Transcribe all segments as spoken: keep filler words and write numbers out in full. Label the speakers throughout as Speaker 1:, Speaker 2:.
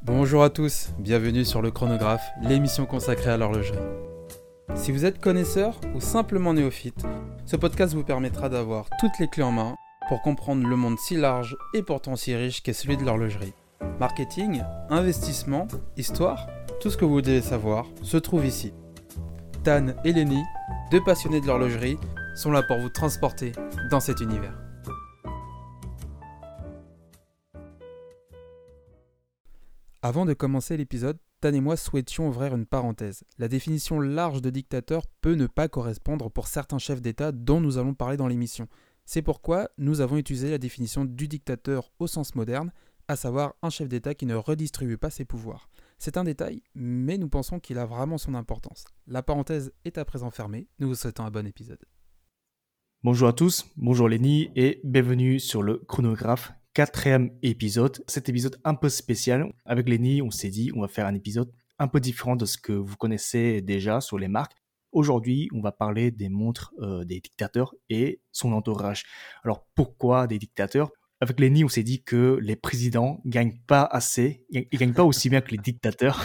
Speaker 1: Bonjour à tous, bienvenue sur le Chronographe, l'émission consacrée à l'horlogerie. Si vous êtes connaisseur ou simplement néophyte, ce podcast vous permettra d'avoir toutes les clés en main pour comprendre le monde si large et pourtant si riche qu'est celui de l'horlogerie. Marketing, investissement, histoire, tout ce que vous devez savoir se trouve ici. Tan et Lenny, deux passionnés de l'horlogerie, sont là pour vous transporter dans cet univers. Avant de commencer l'épisode, Tan et moi souhaitions ouvrir une parenthèse. La définition large de dictateur peut ne pas correspondre pour certains chefs d'État dont nous allons parler dans l'émission. C'est pourquoi nous avons utilisé la définition du dictateur au sens moderne, à savoir un chef d'État qui ne redistribue pas ses pouvoirs. C'est un détail, mais nous pensons qu'il a vraiment son importance. La parenthèse est à présent fermée, nous vous souhaitons un bon épisode.
Speaker 2: Bonjour à tous, bonjour Lenny et bienvenue sur le Chronographe, quatrième épisode. Cet épisode un peu spécial. Avec Lenny, on s'est dit on va faire un épisode un peu différent de ce que vous connaissez déjà sur les marques. Aujourd'hui, on va parler des montres euh, des dictateurs et son entourage. Alors pourquoi des dictateurs ? Avec Lenny, on s'est dit que les présidents gagnent pas assez, ils gagnent pas aussi bien que les dictateurs.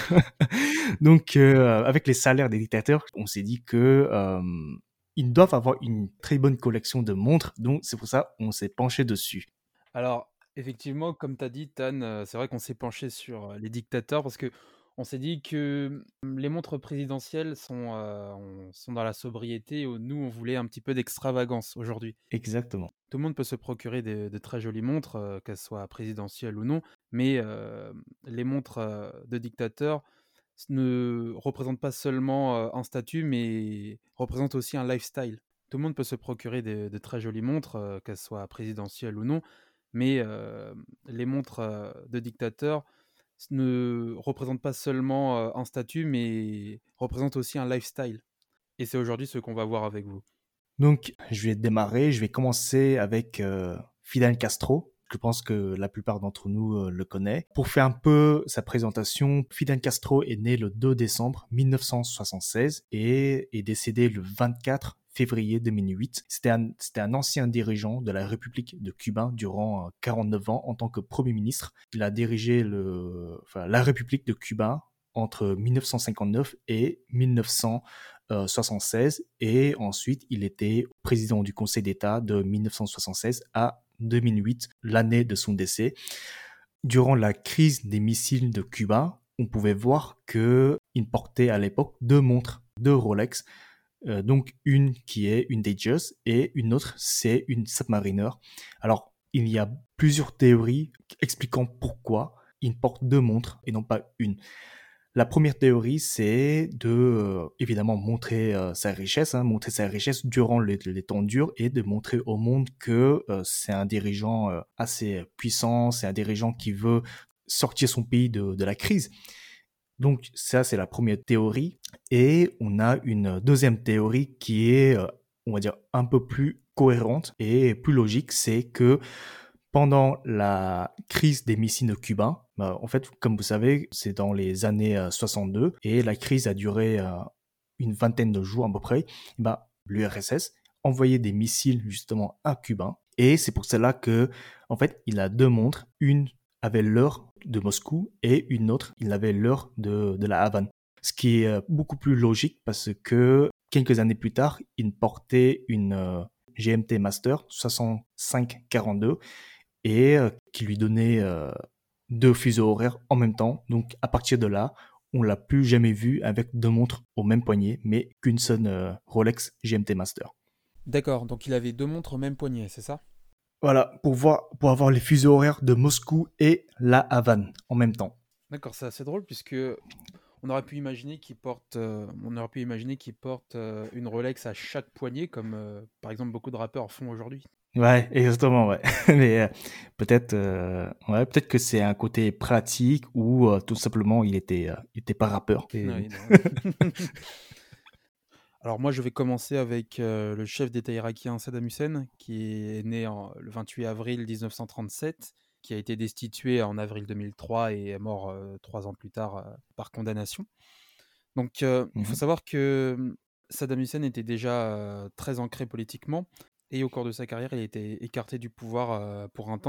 Speaker 2: Donc euh, avec les salaires des dictateurs, on s'est dit que euh, ils doivent avoir une très bonne collection de montres, donc c'est pour ça qu'on s'est penché dessus.
Speaker 1: Alors, effectivement, comme tu as dit, Tan, euh, c'est vrai qu'on s'est penché sur euh, les dictateurs parce que on s'est dit que hum, les montres présidentielles sont, euh, on- sont dans la sobriété et nous, on voulait un petit peu d'extravagance aujourd'hui.
Speaker 2: Exactement.
Speaker 1: Tout le monde peut se procurer des- de très jolies montres, euh, qu'elles soient présidentielles ou non, mais euh, les montres euh, de dictateurs s- ne représentent pas seulement euh, un statut, mais représentent aussi un lifestyle. Tout le monde peut se procurer des- de très jolies montres, euh, qu'elles soient présidentielles ou non, mais euh, les montres euh, de dictateurs s- ne représentent pas seulement euh, un statut, mais représentent aussi un lifestyle. Et c'est aujourd'hui ce qu'on va voir avec vous.
Speaker 2: Donc je vais démarrer, je vais commencer avec euh, Fidel Castro. Je pense que la plupart d'entre nous euh, le connaissent. Pour faire un peu sa présentation, Fidel Castro est né le deux décembre mille neuf cent soixante-seize et est décédé le vingt-quatre février deux mille huit. C'était un, c'était un ancien dirigeant de la République de Cuba durant euh, quarante-neuf ans en tant que Premier ministre. Il a dirigé le, enfin, la République de Cuba entre mille neuf cent cinquante-neuf et mille neuf cent soixante-seize et ensuite il était président du Conseil d'État de mille neuf cent soixante-seize à deux mille huit, l'année de son décès. Durant la crise des missiles de Cuba, on pouvait voir qu'il portait à l'époque deux montres, deux Rolex, euh, donc une qui est une Datejust et une autre c'est une Submariner. Alors il y a plusieurs théories expliquant pourquoi il porte deux montres et non pas une. La première théorie, c'est de euh, évidemment montrer euh, sa richesse, hein, montrer sa richesse durant les, les temps durs et de montrer au monde que euh, c'est un dirigeant euh, assez puissant, c'est un dirigeant qui veut sortir son pays de, de la crise. Donc ça, c'est la première théorie. Et on a une deuxième théorie qui est, euh, on va dire, un peu plus cohérente et plus logique, c'est que pendant la crise des missiles cubains, bah, en fait, comme vous savez, c'est dans les années euh, soixante-deux et la crise a duré euh, une vingtaine de jours à peu près. Bah, l'U R S S envoyait des missiles justement à Cuba et c'est pour cela que, en fait, il a deux montres. Une avait l'heure de Moscou et une autre, il avait l'heure de, de la Havane. Ce qui est euh, beaucoup plus logique parce que quelques années plus tard, il portait une euh, G M T Master soixante-cinq quarante-deux et euh, qui lui donnait euh, deux fuseaux horaires en même temps. Donc à partir de là, on l'a plus jamais vu avec deux montres au même poignet, mais qu'une seule euh, Rolex G M T Master.
Speaker 1: D'accord, donc il avait deux montres au même poignet, c'est ça ?
Speaker 2: Voilà, pour voir, pour avoir les fuseaux horaires de Moscou et la Havane en même temps.
Speaker 1: D'accord, c'est assez drôle puisque on aurait pu imaginer qu'il porte, euh, on aurait pu imaginer qu'il porte euh, une Rolex à chaque poignet, comme euh, par exemple beaucoup de rappeurs font aujourd'hui.
Speaker 2: Ouais, exactement, ouais. Mais euh, peut-être, euh, ouais, peut-être que c'est un côté pratique ou euh, tout simplement il était, euh, il était pas rappeur. Et...
Speaker 1: Oui, non. Alors moi, je vais commencer avec euh, le chef d'État irakien Saddam Hussein, qui est né en- le vingt-huit avril dix-neuf cent trente-sept, qui a été destitué en avril deux mille trois et est mort euh, trois ans plus tard euh, par condamnation. Donc, euh, il faut
Speaker 2: Mhm.
Speaker 1: savoir que hum, Saddam Hussein était déjà euh, très ancré politiquement et au cours de sa carrière, il a été écarté du pouvoir euh, pour un temps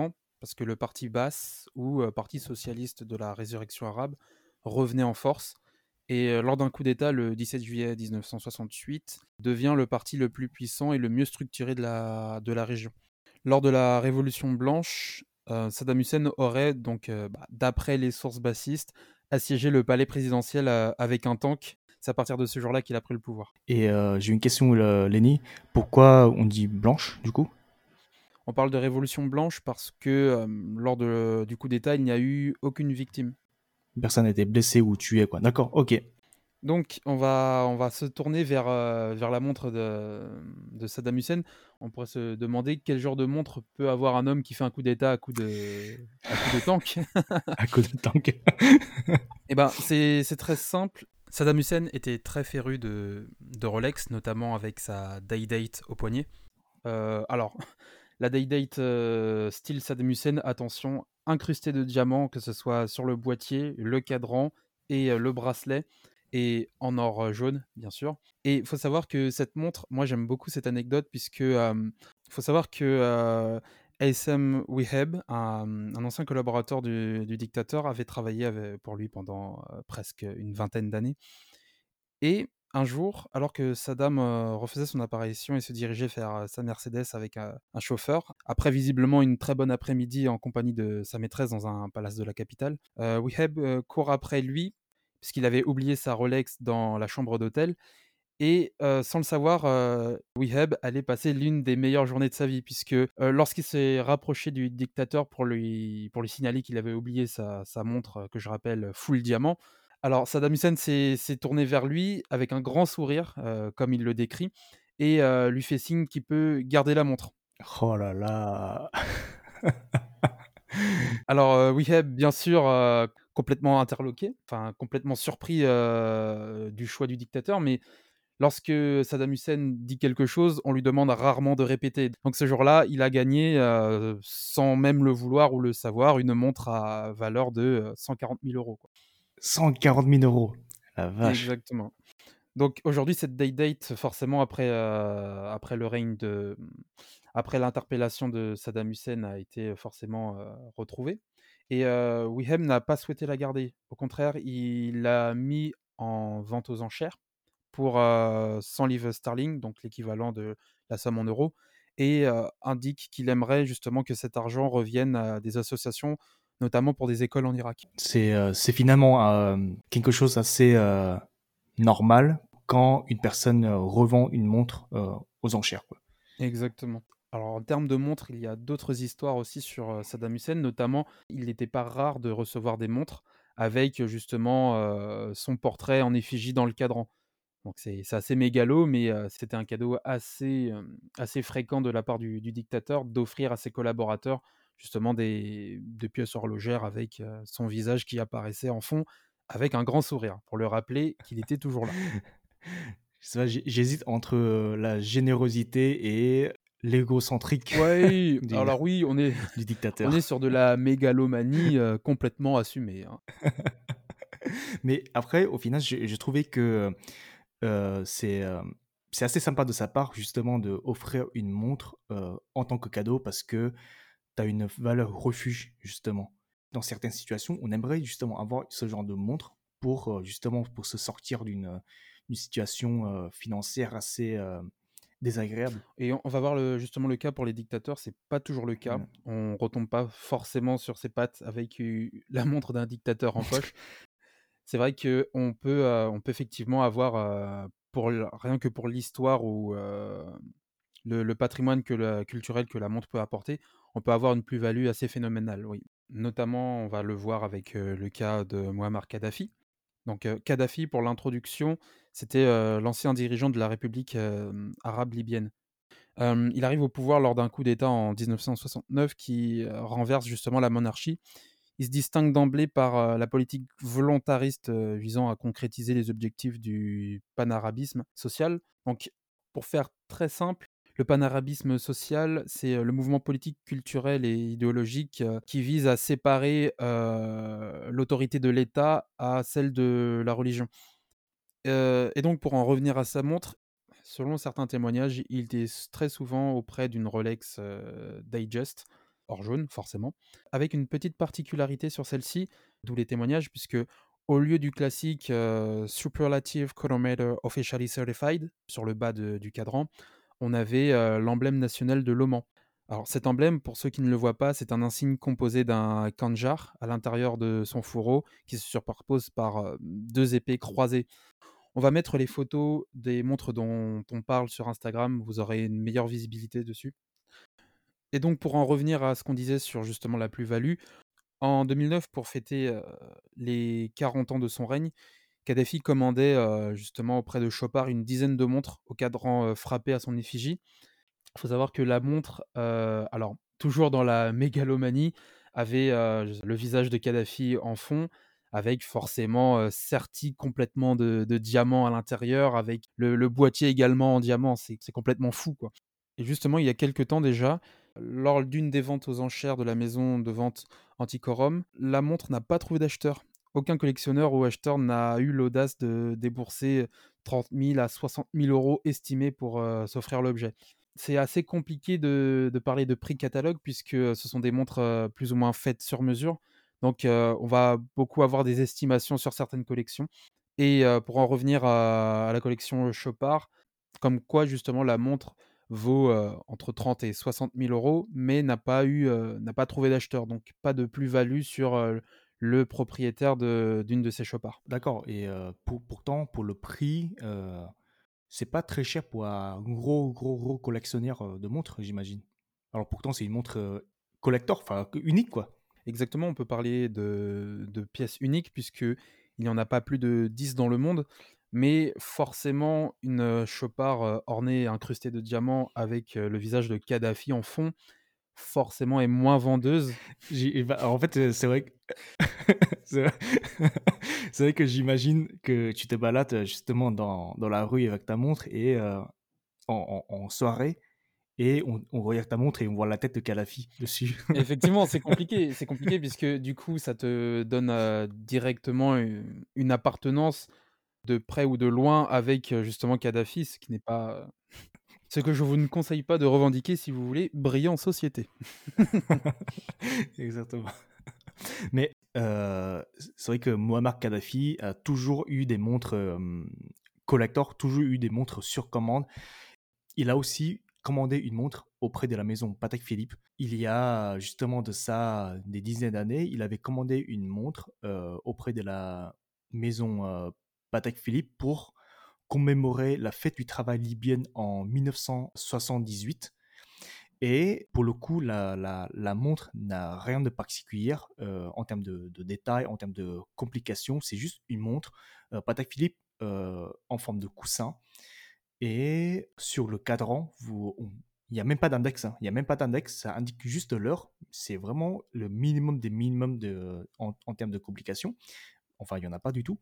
Speaker 1: parce que le parti Baas, ou euh, Parti socialiste de la résurrection arabe, revenait en force. Et euh, lors d'un coup d'État, le dix-sept juillet mille neuf cent soixante-huit, devient le parti le plus puissant et le mieux structuré de la, de la région. Lors de la Révolution blanche, euh, Saddam Hussein aurait, donc, euh, bah, d'après les sources bassistes, assiégé le palais présidentiel euh, avec un tank. C'est à partir de ce jour-là qu'il a pris le pouvoir.
Speaker 2: Et euh, j'ai une question, euh, Lenny. Pourquoi on dit blanche, du coup?
Speaker 1: On parle de Révolution blanche parce que euh, lors de, du coup d'État, il n'y a eu aucune victime.
Speaker 2: Personne n'a été blessé ou tué, quoi. D'accord, ok.
Speaker 1: Donc, on va, on va se tourner vers, euh, vers la montre de, de Saddam Hussein. On pourrait se demander quel genre de montre peut avoir un homme qui fait un coup d'État à coup de, à coup de tank.
Speaker 2: À cause de tank.
Speaker 1: Eh ben, c'est, c'est très simple. Saddam Hussein était très féru de, de Rolex, notamment avec sa Day-Date au poignet. Euh, alors, la Day-Date euh, style Saddam Hussein, attention, incrustée de diamants, que ce soit sur le boîtier, le cadran et euh, le bracelet, et en or euh, jaune, bien sûr. Et il faut savoir que cette montre, moi j'aime beaucoup cette anecdote, puisque il faut savoir que euh, Haytham Waheb, un, un ancien collaborateur du, du dictateur, avait travaillé avec- pour lui pendant euh, presque une vingtaine d'années. Et un jour, alors que Saddam euh, refaisait son apparition et se dirigeait vers euh, sa Mercedes avec un, un chauffeur, après visiblement une très bonne après-midi en compagnie de sa maîtresse dans un palace de la capitale, euh, Waheb euh, court après lui, puisqu'il avait oublié sa Rolex dans la chambre d'hôtel. Et euh, sans le savoir, euh, Waheb allait passer l'une des meilleures journées de sa vie, puisque euh, lorsqu'il s'est rapproché du dictateur pour lui, pour lui signaler qu'il avait oublié sa, sa montre, euh, que je rappelle, full diamant, alors Saddam Hussein s'est, s'est tourné vers lui avec un grand sourire, euh, comme il le décrit, et euh, lui fait signe qu'il peut garder la montre.
Speaker 2: Oh là là.
Speaker 1: Alors euh, Waheb, bien sûr, euh, complètement interloqué, enfin complètement surpris euh, du choix du dictateur, mais lorsque Saddam Hussein dit quelque chose, on lui demande rarement de répéter. Donc ce jour-là, il a gagné, euh, sans même le vouloir ou le savoir, une montre à valeur de euh, cent quarante mille euros. Quoi.
Speaker 2: cent quarante mille euros. La vache.
Speaker 1: Exactement. Donc aujourd'hui, cette day date, forcément, après, euh, après le règne de... Après l'interpellation de Saddam Hussein a été forcément euh, retrouvée. Et euh, Waheb n'a pas souhaité la garder. Au contraire, il l'a mis en vente aux enchères pour euh, cent livres sterling, donc l'équivalent de la somme en euros, et euh, indique qu'il aimerait justement que cet argent revienne à des associations, notamment pour des écoles en Irak.
Speaker 2: C'est euh, c'est finalement euh, quelque chose d'assez euh, normal quand une personne euh, revend une montre euh, aux enchères, quoi.
Speaker 1: Exactement. Alors en termes de montres, il y a d'autres histoires aussi sur euh, Saddam Hussein, notamment il n'était pas rare de recevoir des montres avec euh, justement euh, son portrait en effigie dans le cadran. Donc c'est c'est assez mégalo, mais euh, c'était un cadeau assez, euh, assez fréquent de la part du, du dictateur d'offrir à ses collaborateurs justement des, des pièces horlogères avec euh, son visage qui apparaissait en fond avec un grand sourire pour le rappeler qu'il était toujours là.
Speaker 2: Je sais pas, j'ai- j'hésite entre euh, la générosité et l'égocentrique
Speaker 1: Ouais,
Speaker 2: du,
Speaker 1: alors oui, on est,
Speaker 2: du
Speaker 1: on est
Speaker 2: dictateur.
Speaker 1: sur de la mégalomanie euh, complètement assumée, hein.
Speaker 2: Mais après, au final, j'ai j'ai trouvé que euh, c'est euh, c'est assez sympa de sa part, justement, de offrir une montre euh, en tant que cadeau parce que tu as une valeur refuge, justement. Dans certaines situations, on aimerait justement avoir ce genre de montre pour euh, justement pour se sortir d'une euh, d'une situation euh, financière assez euh, désagréable.
Speaker 1: Et on on va voir le, justement le cas pour les dictateurs, c'est pas toujours le cas.
Speaker 2: Mm.
Speaker 1: On retombe pas forcément sur ses pattes avec euh, la montre d'un dictateur en poche. C'est vrai qu'on peut, euh, on peut effectivement avoir, euh, pour, l- rien que pour l'histoire ou euh, le, le patrimoine que la, culturel que la montre peut apporter, on peut avoir une plus-value assez phénoménale, oui. Notamment, on va le voir avec euh, le cas de Muammar Kadhafi. Donc, euh, Kadhafi, pour l'introduction, c'était euh, l'ancien dirigeant de la République euh, arabe libyenne. Euh, il arrive au pouvoir lors d'un coup d'État en mille neuf cent soixante-neuf qui euh, renverse justement la monarchie. Il se distingue d'emblée par euh, la politique volontariste euh, visant à concrétiser les objectifs du panarabisme social. Donc, pour faire très simple, le panarabisme social, c'est euh, le mouvement politique, culturel et idéologique euh, qui vise à séparer euh, l'autorité de l'État à celle de la religion. Euh, et donc, pour en revenir à sa montre, selon certains témoignages, il était s- très souvent auprès d'une Rolex euh, Digest. or jaune, forcément, avec une petite particularité sur celle-ci, d'où les témoignages, puisque au lieu du classique euh, Superlative Chronometer Officially Certified, sur le bas de- du cadran, on avait euh, l'emblème national de l'Oman. Alors cet emblème, pour ceux qui ne le voient pas, c'est un insigne composé d'un khanjar à l'intérieur de son fourreau qui se superpose par euh, deux épées croisées. On va mettre les photos des montres dont on parle sur Instagram, vous aurez une meilleure visibilité dessus. Et donc pour en revenir à ce qu'on disait sur justement la plus-value, en deux mille neuf, pour fêter euh, les quarante ans de son règne, Kadhafi commandait euh, justement auprès de Chopard une dizaine de montres au cadran euh, frappé à son effigie. Il faut savoir que la montre, euh, alors toujours dans la mégalomanie, avait euh, le visage de Kadhafi en fond, avec forcément euh, serti complètement de, de diamants à l'intérieur, avec le, le boîtier également en diamant. C'est c'est complètement fou, quoi. Et justement, il y a quelques temps déjà, lors d'une des ventes aux enchères de la maison de vente Antiquorum, la montre n'a pas trouvé d'acheteur. Aucun collectionneur ou acheteur n'a eu l'audace de débourser trente mille à soixante mille euros estimés pour euh, s'offrir l'objet. C'est assez compliqué de, de parler de prix catalogue puisque ce sont des montres euh, plus ou moins faites sur mesure. Donc, euh, on va beaucoup avoir des estimations sur certaines collections. Et euh, pour en revenir à, à la collection Chopard, comme quoi justement la montre vaut euh, entre trente et soixante mille euros, mais n'a pas eu, euh, n'a pas trouvé d'acheteur. Donc, pas de plus-value sur euh, le propriétaire de- d'une de, ces Chopards.
Speaker 2: D'accord. Et euh, pour, pourtant, pour le prix, euh, c'est pas très cher pour un gros, gros, gros collectionneur euh, de montres, j'imagine. Alors pourtant, c'est une montre euh, collector, enfin unique, quoi.
Speaker 1: Exactement, on peut parler de, de pièces uniques puisque il n'y en a pas plus de dix dans le monde, mais forcément une euh, Chopard euh, ornée, incrustée de diamants avec euh, le visage de Kadhafi en fond, forcément est moins vendeuse.
Speaker 2: J'ai- bah, en fait, euh, c'est vrai que c'est vrai, c'est vrai que j'imagine que tu te balades euh, justement dans, dans la rue avec ta montre et euh, en, en- en soirée et on, on regarde ta montre et on voit la tête de Kadhafi dessus.
Speaker 1: Effectivement, c'est compliqué, c'est compliqué puisque du coup ça te donne euh, directement une, une appartenance de près ou de loin avec euh, justement Kadhafi, ce qui n'est pas ce que je vous ne conseille pas de revendiquer si vous voulez briller en société.
Speaker 2: Exactement. Mais euh, c'est vrai que Muammar Kadhafi a toujours eu des montres euh, collector, toujours eu des montres sur commande. Il a aussi commandé une montre auprès de la maison Patek Philippe. Il y a justement de ça des dizaines d'années, il avait commandé une montre euh, auprès de la maison euh, Patek Philippe pour commémorer la fête du travail libyenne en mille neuf cent soixante-dix-huit. Et pour le coup, la, la, la montre n'a rien de particulier euh, en termes de, de détails, en termes de complications. C'est juste une montre euh, Patek Philippe euh, en forme de coussin. Et sur le cadran, vous, on- il n'y a même pas d'index. hein. Il n'y a même pas d'index. Ça indique juste l'heure. C'est vraiment le minimum des minimums de, en, en termes de complications. Enfin, il n'y en a pas du tout.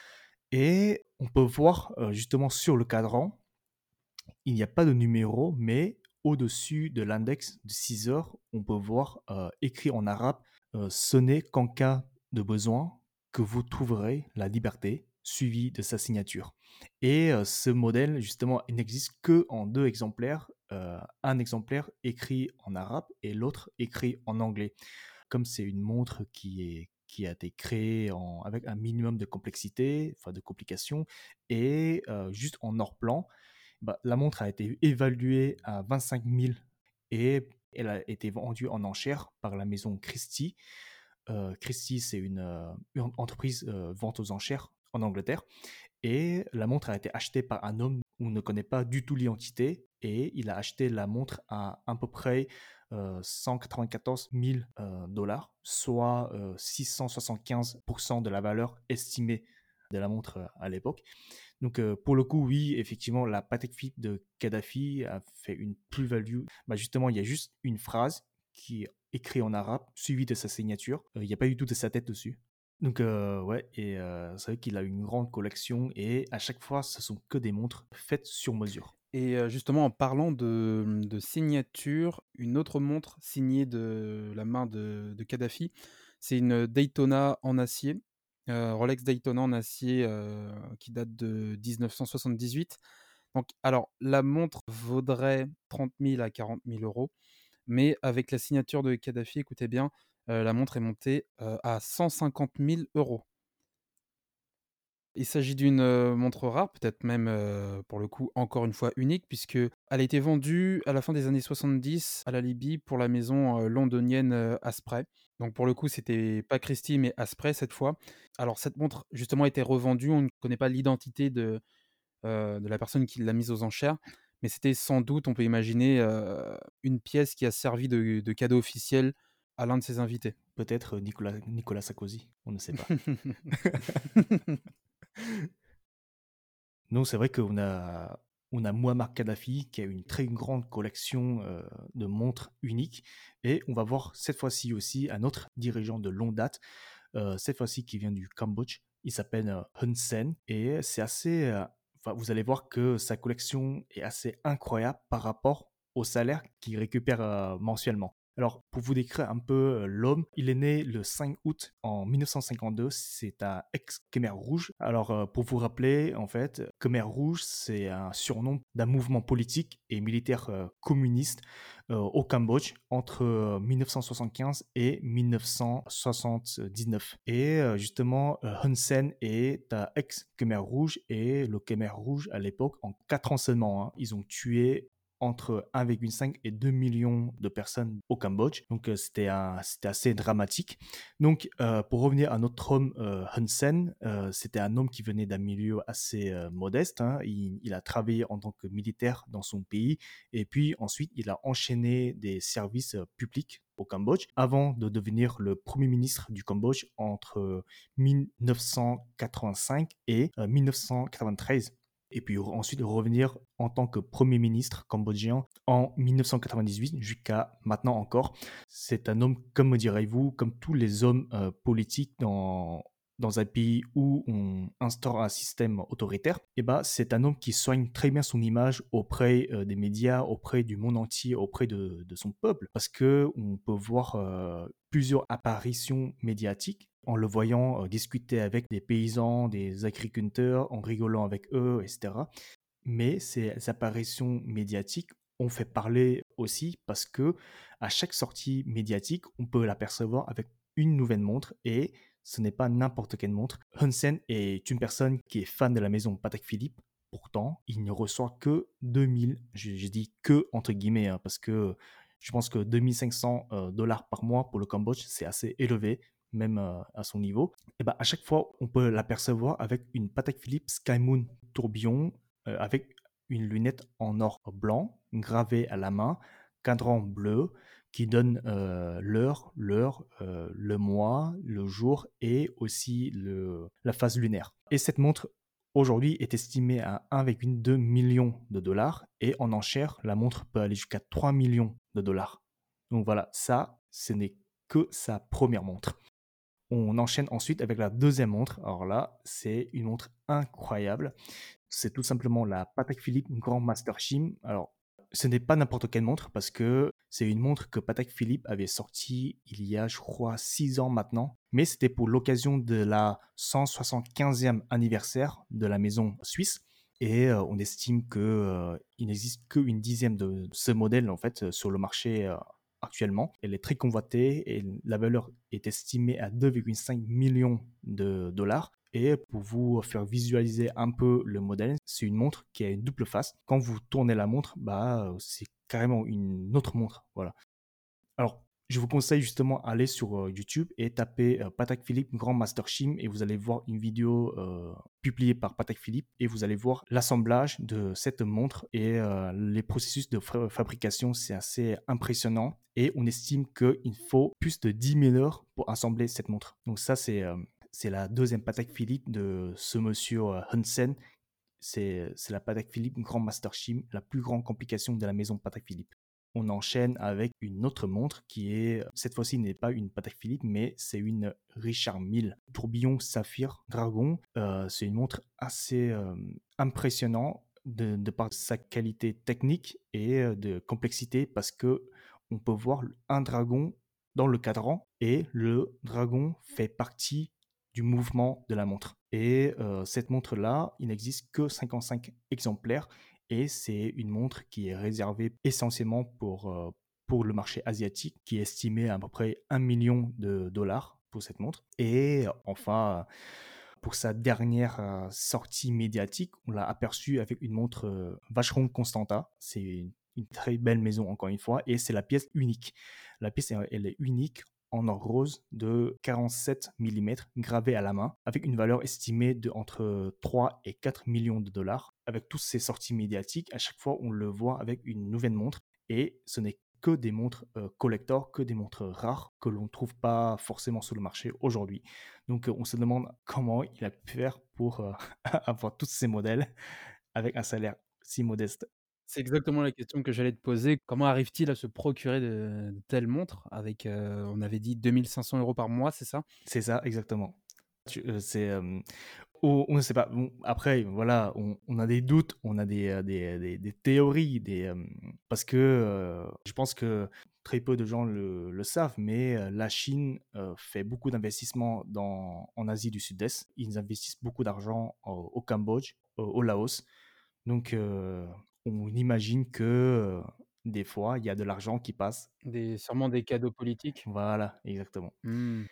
Speaker 2: Et on peut voir euh, justement sur le cadran, il n'y a pas de numéro, mais au-dessus de l'index de six heures, on peut voir euh, écrit en arabe euh, ce n'est qu'en cas de besoin que vous trouverez la liberté, suivi de sa signature. Et euh, ce modèle, justement, il n'existe que en deux exemplaires. euh, un exemplaire écrit en arabe et l'autre écrit en anglais. Comme c'est une montre qui est qui a été créée en, avec un minimum de complexité, enfin de complications, et euh, juste en or blanc, bah, la montre a été évaluée à vingt-cinq mille et elle a été vendue en enchère par la maison Christie. Euh, Christie, c'est une, euh, une entreprise euh, vente aux enchères en Angleterre. Et la montre a été achetée par un homme où on ne connaît pas du tout l'identité. Et il a acheté la montre à à peu près euh, cent quatre-vingt-quatorze mille euh, dollars, soit euh, six cent soixante-quinze pour cent de la valeur estimée de la montre euh, à l'époque. Donc euh, pour le coup, oui, effectivement, la Patek Philippe de Kadhafi a fait une plus-value. Bah, justement, il y a juste une phrase qui est écrite en arabe, suivie de sa signature. Euh, il n'y a pas du tout de sa tête dessus. Donc euh, ouais, et euh, c'est vrai qu'il a une grande collection et à chaque fois, ce sont que des montres faites sur mesure.
Speaker 1: Et euh, justement, en parlant de, de signature, une autre montre signée de la main de, de Kadhafi, c'est une Daytona en acier, euh, Rolex Daytona en acier euh, qui date de dix-neuf cent soixante-dix-huit. Donc, alors, la montre vaudrait trente mille à quarante mille euros, mais avec la signature de Kadhafi, écoutez bien, heu, la montre est montée, heu, à cent cinquante mille euros. Il s'agit d'une, heu, montre rare, peut-être même, heu, pour le coup, encore une fois unique puisqu'elle a été vendue à la fin des années soixante-dix à la Libye pour la maison, heu, londonienne, heu, Asprey. Donc pour le coup, c'était pas Christie mais Asprey cette fois. Alors cette montre justement a été revendue, on ne connaît pas l'identité de, heu, de la personne qui l'a mise aux enchères, mais c'était sans doute, on peut imaginer, heu, une pièce qui a servi de de cadeau officiel à l'un de ses invités.
Speaker 2: Peut-être Nicolas Nicolas Sarkozy, on ne sait pas. Non, c'est vrai qu'on a on a Mouammar Kadhafi qui a une très grande collection, heu, de montres uniques et on va voir cette fois-ci aussi un autre dirigeant de longue date, heu, cette fois-ci qui vient du Cambodge. Il s'appelle, heu, Hun Sen et c'est assez, heu, enfin vous allez voir que sa collection est assez incroyable par rapport au salaire qu'il récupère, heu, mensuellement. Alors pour vous décrire un peu, heu, l'homme, il est né le cinq août en mille neuf cent cinquante-deux, c'est à Ex-Khmer Rouge. Alors, heu, pour vous rappeler, en fait, Khmer Rouge, c'est un surnom d'un mouvement politique et militaire, heu, communiste, heu, au Cambodge entre, heu, mille neuf cent soixante-quinze et mille neuf cent soixante-dix-neuf et heu, justement, heu, Hun Sen est à Ex-Khmer Rouge et le Khmer Rouge à l'époque, en quatre ans seulement, hein, ils ont tué entre un virgule cinq et deux millions de personnes au Cambodge. Donc, heu, c'était un c'était assez dramatique. Donc, heu, pour revenir à notre homme, heu, Hun Sen, heu, c'était un homme qui venait d'un milieu assez, heu, modeste, hein. Il il a travaillé en tant que militaire dans son pays et puis ensuite il a enchaîné des services, heu, publics au Cambodge avant de devenir le premier ministre du Cambodge entre, heu, mille neuf cent quatre-vingt-cinq et heu, mille neuf cent quatre-vingt-treize et puis re ensuite revenir en tant que premier ministre cambodgien en mille neuf cent quatre-vingt-dix-huit jusqu'à maintenant encore. C'est un homme, comme me direz-vous, comme tous les hommes, heu, politiques dans dans un pays où on instaure un système autoritaire et bah, c'est un homme qui soigne très bien son image auprès, heu, des médias, auprès du monde entier, auprès de de son peuple. Parce qu'on peut voir, heu, plusieurs apparitions médiatiques en le voyant, heu, discuter avec des paysans, des agriculteurs, en rigolant avec eux et cetera. Mais ces apparitions médiatiques ont fait parler aussi parce que à chaque sortie médiatique, on peut l'apercevoir avec une nouvelle montre et ce n'est pas n'importe quelle montre. Hun Sen est une personne qui est fan de la maison Patek Philippe. Pourtant, il ne reçoit que deux mille, je, je dis que entre guillemets, hein, parce que je pense que deux mille cinq cents euh, dollars par mois pour le Cambodge, c'est assez élevé, même euh, à son niveau. Et ben, à chaque fois, on peut l'apercevoir avec une Patek Philippe Sky Moon tourbillon euh, avec une lunette en or blanc gravée à la main, cadran bleu qui donne euh, l'heure, l'heure, euh, le mois, le jour et aussi le, la phase lunaire. Et cette montre aujourd'hui est estimée à un virgule deux million de dollars et en enchère, la montre peut aller jusqu'à trois millions de dollars. Donc voilà, ça, ce n'est que sa première montre. On enchaîne ensuite avec la deuxième montre. Alors là, c'est une montre incroyable. C'est tout simplement la Patek Philippe Grand Master Chim. Alors, ce n'est pas n'importe quelle montre parce que c'est une montre que Patek Philippe avait sortie il y a, je crois, six ans maintenant. Mais c'était pour l'occasion de la cent soixante-quinzième anniversaire de la maison suisse. Et euh, on estime que euh, il n'existe qu'une dixième de ce modèle en fait sur le marché euh, actuellement. Elle est très convoitée et la valeur est estimée à deux virgule cinq millions de dollars. Et pour vous faire visualiser un peu le modèle, c'est une montre qui a une double face. Quand vous tournez la montre, bah, c'est carrément une autre montre. Voilà. Alors, je vous conseille justement d'aller sur euh, YouTube et taper euh, Patek Philippe Grand Master Chim et vous allez voir une vidéo euh, publiée par Patek Philippe et vous allez voir l'assemblage de cette montre et euh, les processus de fa- fabrication, c'est assez impressionnant et on estime qu'il faut plus de dix mille heures pour assembler cette montre. Donc ça, c'est euh, c'est la deuxième Patek Philippe de ce monsieur euh, Hun Sen. C'est c'est la Patek Philippe Grand Master Chim, la plus grande complication de la maison Patek Philippe. On enchaîne avec une autre montre qui est, cette fois-ci, n'est pas une Patek Philippe, mais c'est une Richard Mille tourbillon saphir dragon. Euh, c'est une montre assez euh, impressionnante de, de par sa qualité technique et euh, de complexité parce que on peut voir un dragon dans le cadran et le dragon fait partie du mouvement de la montre. Et euh, cette montre-là, il n'existe que cinquante-cinq exemplaires et c'est une montre qui est réservée essentiellement pour, euh, pour le marché asiatique, qui est estimé à, à peu près un million de dollars pour cette montre. Et enfin, pour sa dernière euh, sortie médiatique, on l'a aperçu avec une montre euh, Vacheron Constanta. C'est une, une très belle maison, encore une fois, et c'est la pièce unique. La pièce, elle est unique en or rose de quarante-sept millimètres gravée à la main, avec une valeur estimée de entre trois et quatre millions de dollars. Avec toutes ces sorties médiatiques, à chaque fois, on le voit avec une nouvelle montre, et ce n'est que des montres euh, collector, que des montres rares que l'on ne trouve pas forcément sur le marché aujourd'hui. Donc, euh, on se demande comment il a pu faire pour euh, avoir tous ces modèles avec un salaire si modeste.
Speaker 1: C'est exactement la question que j'allais te poser. Comment arrive-t-il à se procurer de, de telles montres avec, euh, on avait dit deux mille cinq cents euros par mois, c'est ça?
Speaker 2: C'est ça, exactement. Tu- euh, c'est, euh, on on ne sait pas. Bon, après, voilà, on, on a des doutes, on a des, euh, des, des- des théories, des, euh, parce que euh, je pense que très peu de gens le, le savent, mais euh, la Chine euh, fait beaucoup d'investissements dans, en Asie du Sud-Est. Ils investissent beaucoup d'argent au, au Cambodge, au, au Laos. Donc, euh, on imagine que euh, des fois, il y a de l'argent qui passe.
Speaker 1: Des, sûrement des cadeaux politiques.
Speaker 2: Voilà, exactement.
Speaker 1: Hmm.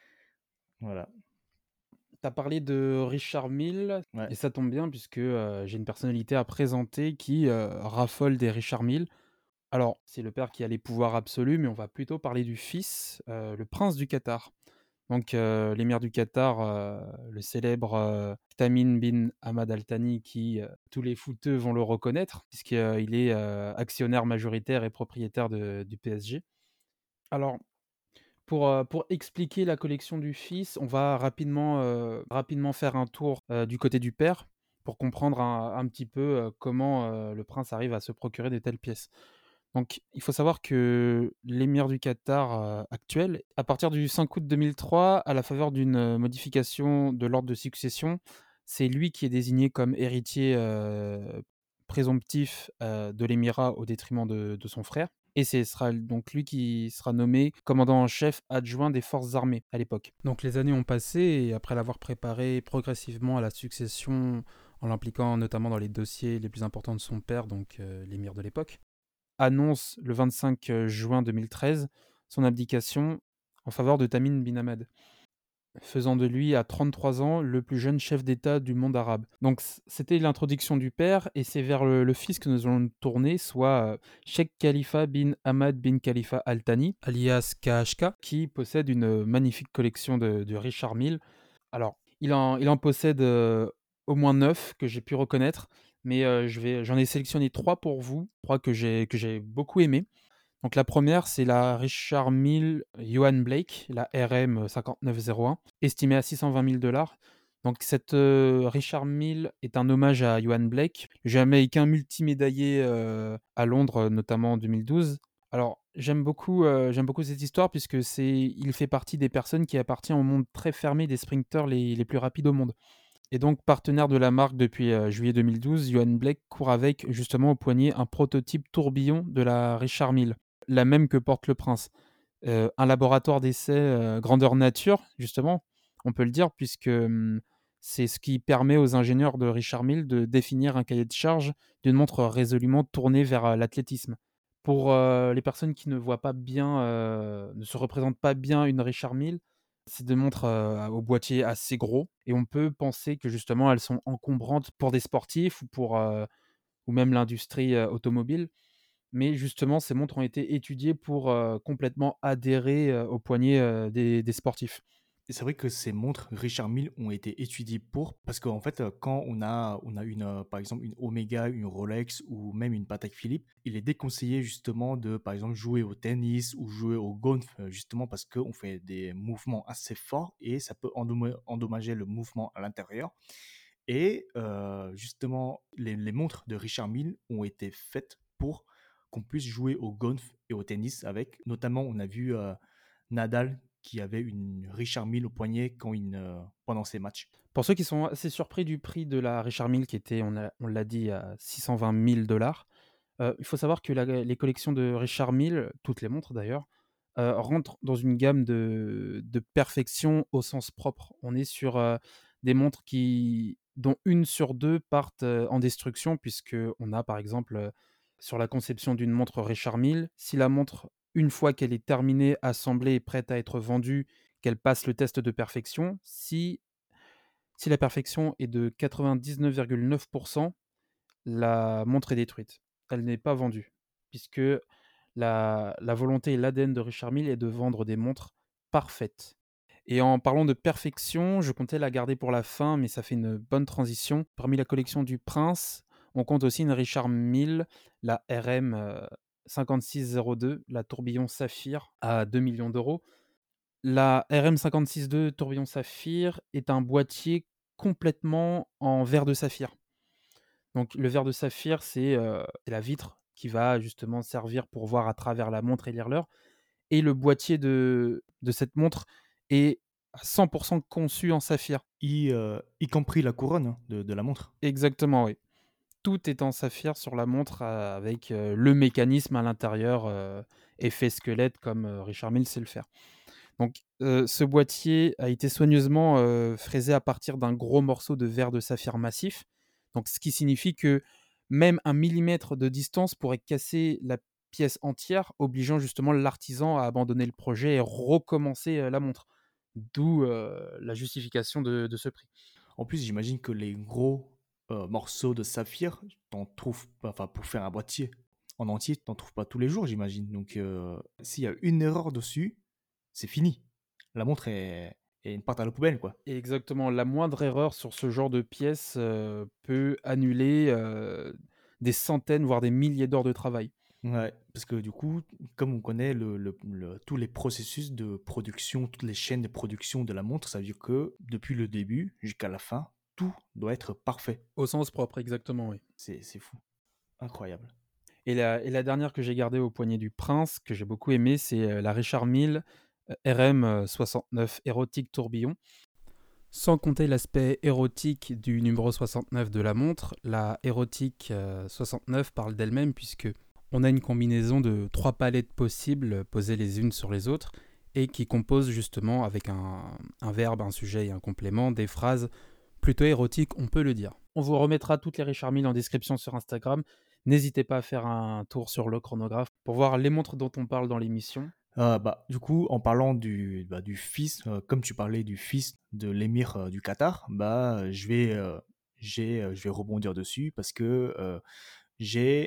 Speaker 2: Voilà.
Speaker 1: Tu as parlé de Richard Mille,
Speaker 2: Ouais.
Speaker 1: et ça tombe bien puisque euh, j'ai une personnalité à présenter qui euh, raffole des Richard Mille. Alors, c'est le père qui a les pouvoirs absolus, mais on va plutôt parler du fils, euh, le prince du Qatar. Donc, euh, l'émir du Qatar, euh, le célèbre euh, Tamim bin Hamad Al Thani, qui euh, tous les footeux vont le reconnaître, puisqu'il est euh, actionnaire majoritaire et propriétaire de- du P S G. Alors, pour, euh, pour expliquer la collection du fils, on va rapidement, euh, rapidement faire un tour euh, du côté du père, pour comprendre un, un petit peu euh, comment euh, le prince arrive à se procurer de telles pièces. Donc, il faut savoir que l'émir du Qatar euh, actuel, à partir du cinq août deux mille trois, à la faveur d'une euh, modification de l'ordre de succession, c'est lui qui est désigné comme héritier euh, présomptif euh, de l'émirat au détriment de, de son frère. Et ce sera donc lui qui sera nommé commandant en chef adjoint des forces armées à l'époque. Donc les années ont passé et après l'avoir préparé progressivement à la succession, en l'impliquant notamment dans les dossiers les plus importants de son père, donc euh, l'émir de l'époque, annonce le vingt-cinq juin deux mille treize son abdication en faveur de Tamim bin Hamad, faisant de lui à trente-trois ans le plus jeune chef d'État du monde arabe. Donc c'était l'introduction du père, et c'est vers le, le fils que nous allons nous tourner, soit euh, Sheikh Khalifa bin Hamad bin Khalifa Al Thani, alias K H K, qui possède une magnifique collection de, de Richard Mille. Alors, il en, il en possède euh, au moins neuf que j'ai pu reconnaître, mais euh, je vais, j'en ai sélectionné trois pour vous, trois que j'ai, que j'ai beaucoup aimé. Donc la première, c'est la Richard Mille Johan Blake, la R M cinquante-neuf zéro un, estimée à six cent vingt mille dollars. Donc cette euh, Richard Mille est un hommage à Johan Blake, le Jamaïcain multimédaillé euh, à Londres, notamment en deux mille douze. Alors j'aime beaucoup, euh, j'aime beaucoup cette histoire puisque c'est, il fait partie des personnes qui appartiennent au monde très fermé des sprinteurs les, les plus rapides au monde. Et donc partenaire de la marque depuis euh, juillet deux mille douze, Johan Blake court avec justement au poignet un prototype tourbillon de la Richard Mille, la même que porte le prince. Euh, un laboratoire d'essai euh, grandeur nature, justement, on peut le dire, puisque hum, c'est ce qui permet aux ingénieurs de Richard Mille de définir un cahier de charge d'une montre résolument tournée vers euh, l'athlétisme. Pour euh, les personnes qui ne voient pas bien, euh, ne se représentent pas bien une Richard Mille, c'est des montres euh, au boîtier assez gros, et on peut penser que justement elles sont encombrantes pour des sportifs ou pour euh, ou même l'industrie euh, automobile. Mais justement, ces montres ont été étudiées pour euh, complètement adhérer euh, au poignet euh, des, des sportifs.
Speaker 2: Et c'est vrai que ces montres Richard Mille ont été étudiées pour, parce qu'en fait, euh, quand on a, on a une, euh, par exemple, une Omega, une Rolex ou même une Patek Philippe, il est déconseillé justement de, par exemple, jouer au tennis ou jouer au golf, euh, justement parce qu'on fait des mouvements assez forts et ça peut endoma- endommager le mouvement à l'intérieur. Et euh, justement, les, les montres de Richard Mille ont été faites pour qu'on puisse jouer au golf et au tennis avec. Notamment, on a vu euh, Nadal qui avait une Richard Mille au poignet quand il, euh, pendant ses matchs.
Speaker 1: Pour ceux qui sont assez surpris du prix de la Richard Mille, qui était, on, a- on l'a dit, à six cent vingt mille dollars, euh, il faut savoir que la- les collections de Richard Mille, toutes les montres d'ailleurs, euh, rentrent dans une gamme de, de perfection au sens propre. On est sur euh, des montres qui, dont une sur deux partent euh, en destruction, puisque on a par exemple euh, sur la conception d'une montre Richard Mille. Si la montre, une fois qu'elle est terminée, assemblée et prête à être vendue, qu'elle passe le test de perfection. Si si la perfection est de quatre-vingt-dix-neuf virgule neuf pour cent, la montre est détruite. Elle n'est pas vendue, puisque la la volonté et l'A D N de Richard Mille est de vendre des montres parfaites. Et en parlant de perfection, je comptais la garder pour la fin, mais ça fait une bonne transition. Parmi la collection du Prince, on compte aussi une Richard Mille, la R M, heu, cinquante-six zéro deux, la tourbillon saphir à deux millions d'euros. La R M cinquante-six deux tourbillon saphir est un boîtier complètement en verre de saphir. Donc le verre de saphir, c'est, heu, c'est la vitre qui va justement servir pour voir à travers la montre et lire l'heure, et le boîtier de de cette montre est à cent pour cent conçu en saphir.
Speaker 2: Y, heu, y compris la couronne hein, de de la montre.
Speaker 1: Exactement, oui. Tout est en saphir sur la montre, heu, avec, heu, le mécanisme à l'intérieur, heu, effet squelette comme, heu, Richard Mille sait le faire. Donc, heu, ce boîtier a été soigneusement, heu, fraisé à partir d'un gros morceau de verre de saphir massif. Donc ce qui signifie que même un millimètre de distance pourrait casser la pièce entière, obligeant justement l'artisan à abandonner le projet et recommencer, heu, la montre. D'où, heu, la justification de de ce prix.
Speaker 2: En plus, j'imagine que les gros, heu, morceaux de saphir, tu en trouves pas enfin, pour faire un boîtier en entier, tu en trouves pas tous les jours, j'imagine. Donc, heu, s'il y a une erreur dessus, c'est fini. La montre est est part à la poubelle, quoi.
Speaker 1: Exactement, la moindre erreur sur ce genre de pièce, heu, peut annuler, heu, des centaines, voire des milliers d'heures de travail.
Speaker 2: Ouais, parce que du coup, comme on connaît le le le tous les processus de production, toutes les chaînes de production de la montre, ça veut dire que depuis le début jusqu'à la fin, tout doit être parfait.
Speaker 1: Au sens propre, exactement, oui.
Speaker 2: C'est c'est fou, incroyable.
Speaker 1: Et la et la dernière que j'ai gardée au poignet du prince, que j'ai beaucoup aimée, c'est, heu, la Richard Mille, heu, R M, heu, soixante-neuf érotique tourbillon. Sans compter l'aspect érotique du numéro soixante-neuf de la montre, la érotique, heu, soixante-neuf parle d'elle-même puisque on a une combinaison de trois palettes possibles, posées les unes sur les autres et qui composent justement avec un un verbe, un sujet et un complément, des phrases plutôt érotiques, on peut le dire. On vous remettra toutes les Richard Mille en description sur Instagram. N'hésitez pas à faire un tour sur le chronographe pour voir les montres dont on parle dans l'émission.
Speaker 2: Heu, bah, du coup, en parlant du, bah, du fils, heu, comme tu parlais du fils de l'émir, heu, du Qatar, bah, heu, je vais, heu, j'ai, heu, je vais rebondir dessus parce que, heu, j'ai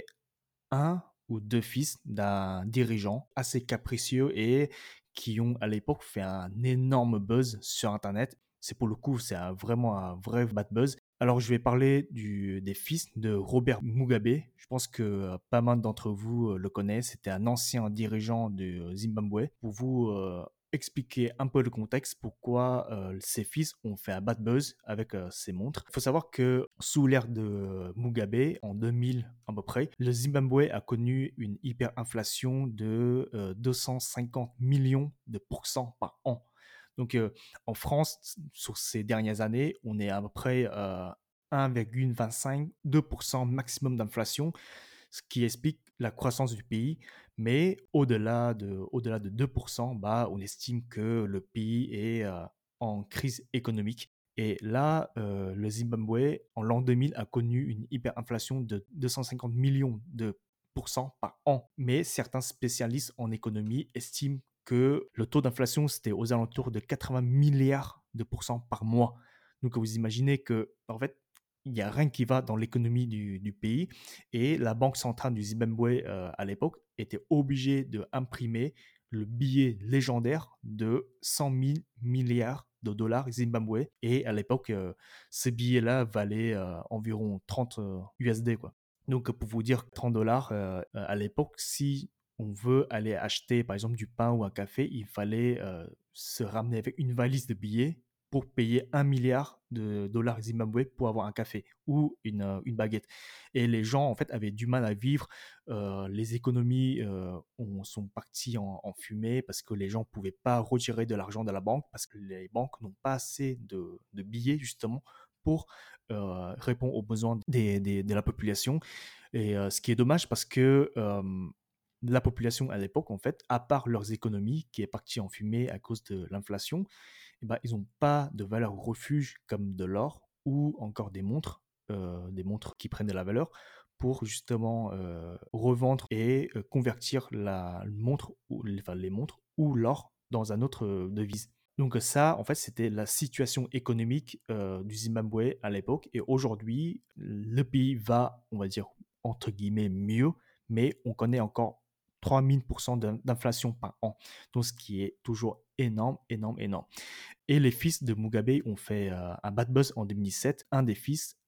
Speaker 2: un ou deux fils d'un dirigeant assez capricieux et qui ont, à l'époque, fait un énorme buzz sur internet. C'est pour le coup, c'est un vraiment un vrai bad buzz. Alors, je vais parler du des fils de Robert Mugabe. Je pense que, heu, pas mal d'entre vous, heu, le connaissent. C'était un ancien dirigeant du Zimbabwe. Pour vous, heu, expliquer un peu le contexte, pourquoi, heu, ses fils ont fait un bad buzz avec, heu, ces montres. Il faut savoir que sous l'ère de Mugabe, en deux mille à peu près, le Zimbabwe a connu une hyperinflation de, heu, deux cent cinquante millions de pourcents par an. Donc, heu, en France, sur ces dernières années, on est à peu près, heu, un virgule vingt-cinq-deux pour cent maximum d'inflation, ce qui explique la croissance du pays. Mais au-delà de au-delà de deux pour cent, bah, on estime que le pays est, heu, en crise économique. Et là, heu, le Zimbabwe, en l'an deux mille, a connu une hyperinflation de deux cent cinquante millions de pourcents par an. Mais certains spécialistes en économie estiment que le taux d'inflation, c'était aux alentours de quatre-vingts milliards de pourcents par mois. Donc, vous imaginez que, en fait, il n'y a rien qui va dans l'économie du, du pays. Et la Banque centrale du Zimbabwe, euh, à l'époque, était obligée d'imprimer le billet légendaire de cent mille milliards de dollars zimbabwe. Et à l'époque, euh, ce billet-là valait euh, environ trente euh, U S D, quoi. Donc, pour vous dire, trente dollars, euh, à l'époque, si on veut aller acheter, par exemple, du pain ou un café, il fallait euh, se ramener avec une valise de billets pour payer un milliard de dollars zimbabwe pour avoir un café ou une, euh, une baguette. Et les gens, en fait, avaient du mal à vivre. Euh, les économies euh, ont, sont parties en, en fumée parce que les gens ne pouvaient pas retirer de l'argent de la banque parce que les banques n'ont pas assez de, de billets, justement, pour euh, répondre aux besoins des, des, de la population. Et euh, ce qui est dommage parce que euh, la population à l'époque, en fait, à part leurs économies qui est partie en fumée à cause de l'inflation, eh ben, ils n'ont pas de valeur refuge comme de l'or ou encore des montres, euh, des montres qui prennent de la valeur pour justement euh, revendre et euh, convertir la montre, ou, enfin, les montres ou l'or dans un autre euh, devise. Donc ça, en fait, c'était la situation économique euh, du Zimbabwe à l'époque. Et aujourd'hui, le pays va, on va dire, entre guillemets, mieux, mais on connaît encore trois mille pour cent d'inflation par an. Donc ce qui est toujours énorme, énorme, énorme. Et les fils de Mugabe ont fait euh, un bad buzz en deux mille dix-sept. Un des fils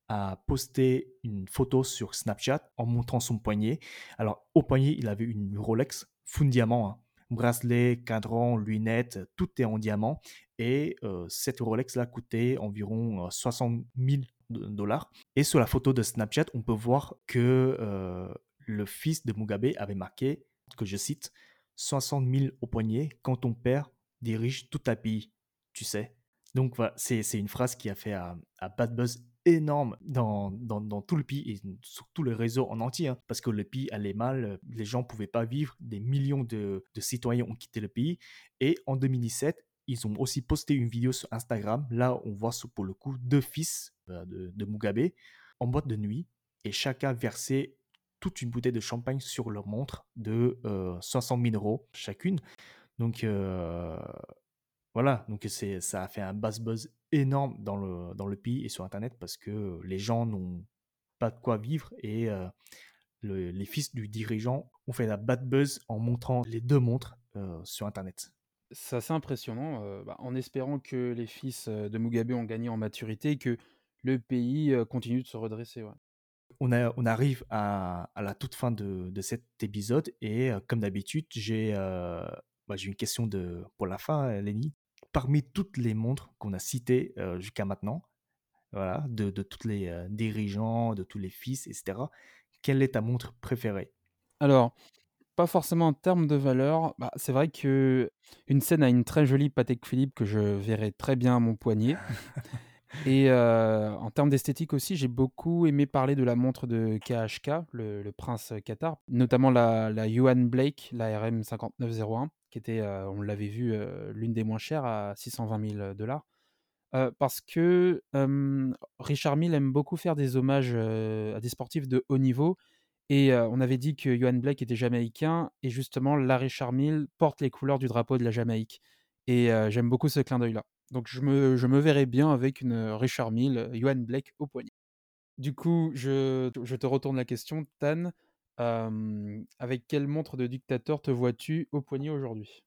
Speaker 2: a posté une photo sur Snapchat en montrant son poignet. Alors, au poignet, il avait une Rolex full diamant, hein. Bracelet, cadran, lunettes, tout est en diamant. Et euh, cette Rolex-là coûtait environ euh, soixante mille dollars. Et sur la photo de Snapchat, on peut voir que euh, le fils de Mugabe avait marqué, que je cite, soixante mille au poignet quand ton père dirige tout un pays, tu sais. Donc voilà, c'est, c'est une phrase qui a fait un, un bad buzz énorme dans, dans, dans tout le pays et sur tout le réseau en entier, hein, parce que le pays allait mal, les gens ne pouvaient pas vivre, des millions de, de citoyens ont quitté le pays. Et en deux mille dix-sept, ils ont aussi posté une vidéo sur Instagram. Là, on voit pour le coup deux fils euh, de, de Mugabe en boîte de nuit et chacun versait toute une bouteille de champagne sur leur montre de euh, soixante mille euros chacune. Donc, euh, voilà, donc c'est, ça a fait un buzz buzz énorme dans le, dans le pays et sur Internet parce que les gens n'ont pas de quoi vivre et euh, le- les fils du dirigeant ont fait la bad buzz en montrant les deux montres euh, sur Internet.
Speaker 1: C'est assez impressionnant, euh, bah, en espérant que les fils euh, de Mugabe ont gagné en maturité et que le pays euh, continue de se redresser. Ouais.
Speaker 2: On, a, on arrive à, à la toute fin de, de cet épisode et euh, comme d'habitude, j'ai euh, bah, j'ai une question de, pour la fin, euh, Lenny. Parmi toutes les montres qu'on a citées euh, jusqu'à maintenant, voilà, de, de tous les euh, dirigeants, de tous les fils, et cetera, quelle est ta montre préférée?
Speaker 1: Alors, pas forcément en termes de valeur, bah, c'est vrai que une scène a une très jolie Patek Philippe que je verrais très bien à mon poignet. Et heu, en termes d'esthétique aussi, j'ai beaucoup aimé parler de la montre de K H K, le le prince Qatar, notamment la la Johan Blake, la R M cinquante-neuf zéro un, qui était, heu, on l'avait vu, heu, l'une des moins chères à six cent vingt mille dollars. Heu, parce que, hem, Richard Mille aime beaucoup faire des hommages, heu, à des sportifs de haut niveau et heu, on avait dit que Johan Blake était jamaïcain et justement la Richard Mille porte les couleurs du drapeau de la Jamaïque et heu, j'aime beaucoup ce clin d'œil-là. Donc je me je me verrais bien avec une, heu, Richard Mille, heu, Johan Blake au poignet. Du coup, je je te retourne la question, Tan, hem, avec quelle montre de dictateur te vois-tu au poignet aujourd'hui?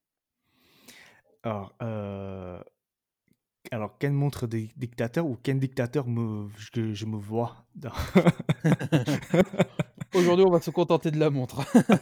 Speaker 2: Alors, euh, alors, quelle montre de dictateur ou quel dictateur me, que je me vois dans-
Speaker 1: Aujourd'hui, on va se contenter de la montre.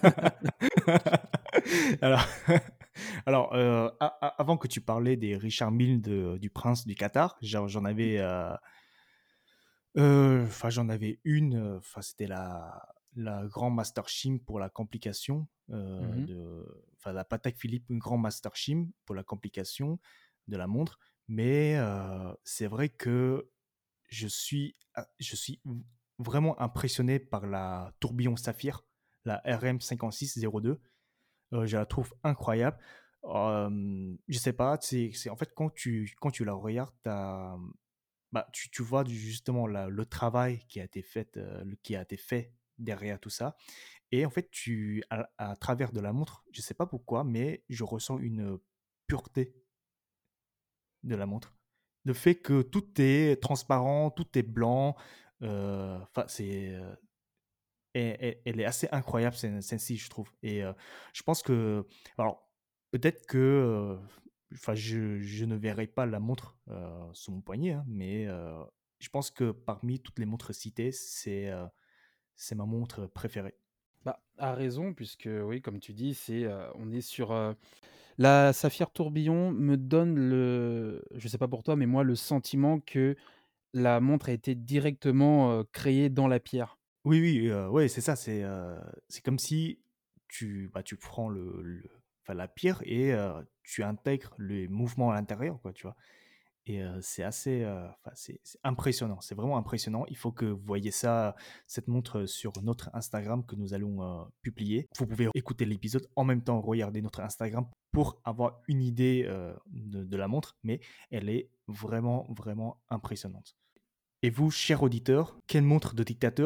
Speaker 2: Alors, alors euh, a- a- avant que tu parlais des Richard Mille de- du prince du Qatar, genre, j'en avais, euh, euh, enfin j'en avais une, euh, enfin c'était la la Grand Master Shim pour la complication euh,
Speaker 1: Mmh.
Speaker 2: de, enfin la Patek Philippe une Grand Master Shim pour la complication de la montre, mais euh, c'est vrai que je suis, ah, je suis vraiment impressionné par la tourbillon Saphir, la R M cinquante-six zéro deux. Euh, je la trouve incroyable. Euh, je sais pas, c'est, c'est en fait quand tu, quand tu la regardes, t'as- bah, tu, tu vois du- justement la- le travail qui a été fait, euh, le- qui a été fait derrière tout ça. Et en fait, tu, à, à travers de la montre, je sais pas pourquoi, mais je ressens une pureté de la montre. Le fait que tout est transparent, tout est blanc, euh, enfin, c'est, euh, elle, elle- elle est assez incroyable, celle- celle-ci, je trouve. Et euh, je pense que, alors, peut-être que, euh, enfin, je, je ne verrai pas la montre euh, sur mon poignet, hein, mais euh, je pense que parmi toutes les montres citées, c'est euh, c'est ma montre préférée.
Speaker 1: Bah, à raison puisque oui, comme tu dis, c'est, heu, on est sur, heu la Saphir Tourbillon me donne le je sais pas pour toi, mais moi, le sentiment que la montre a été directement, heu, créée dans la pierre.
Speaker 2: Oui, oui, heu, ouais, c'est ça, c'est, heu, c'est comme si tu, bah, tu prends le le enfin, la pierre et heu, tu intègres les mouvements à l'intérieur, quoi, tu vois? Et heu, c'est assez, heu, enfin, c'est c'est impressionnant, c'est vraiment impressionnant. Il faut que vous voyiez ça, cette montre, sur notre Instagram que nous allons, heu, publier. Vous pouvez écouter l'épisode, en même temps regarder notre Instagram pour avoir une idée, heu, de de la montre, mais elle est vraiment, vraiment impressionnante. Et vous, cher auditeur, quelle montre de dictateur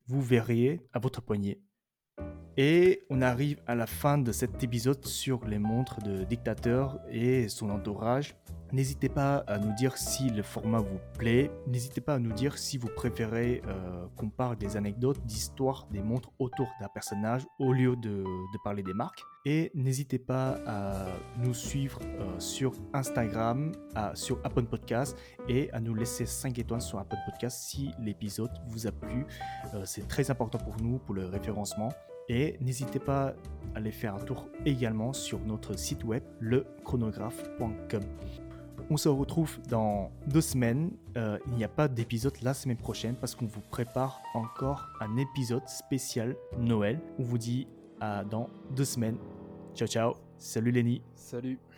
Speaker 2: vous verriez à votre poignet. Et on arrive à la fin de cet épisode sur les montres de dictateur et son entourage. N'hésitez pas à nous dire si le format vous plaît. N'hésitez pas à nous dire si vous préférez euh, qu'on parle des anecdotes, d'histoires des montres autour d'un personnage au lieu de, de parler des marques. Et n'hésitez pas à nous suivre euh, sur Instagram, à, sur Apple Podcast et à nous laisser cinq étoiles sur Apple Podcast si l'épisode vous a plu. Euh, c'est très important pour nous, pour le référencement. Et n'hésitez pas à aller faire un tour également sur notre site web, le chronographe point com. On se retrouve dans deux semaines. Euh, il n'y a pas d'épisode la semaine prochaine parce qu'on vous prépare encore un épisode spécial Noël. On vous dit à dans deux semaines. Ciao, ciao. Salut Lenny.
Speaker 1: Salut.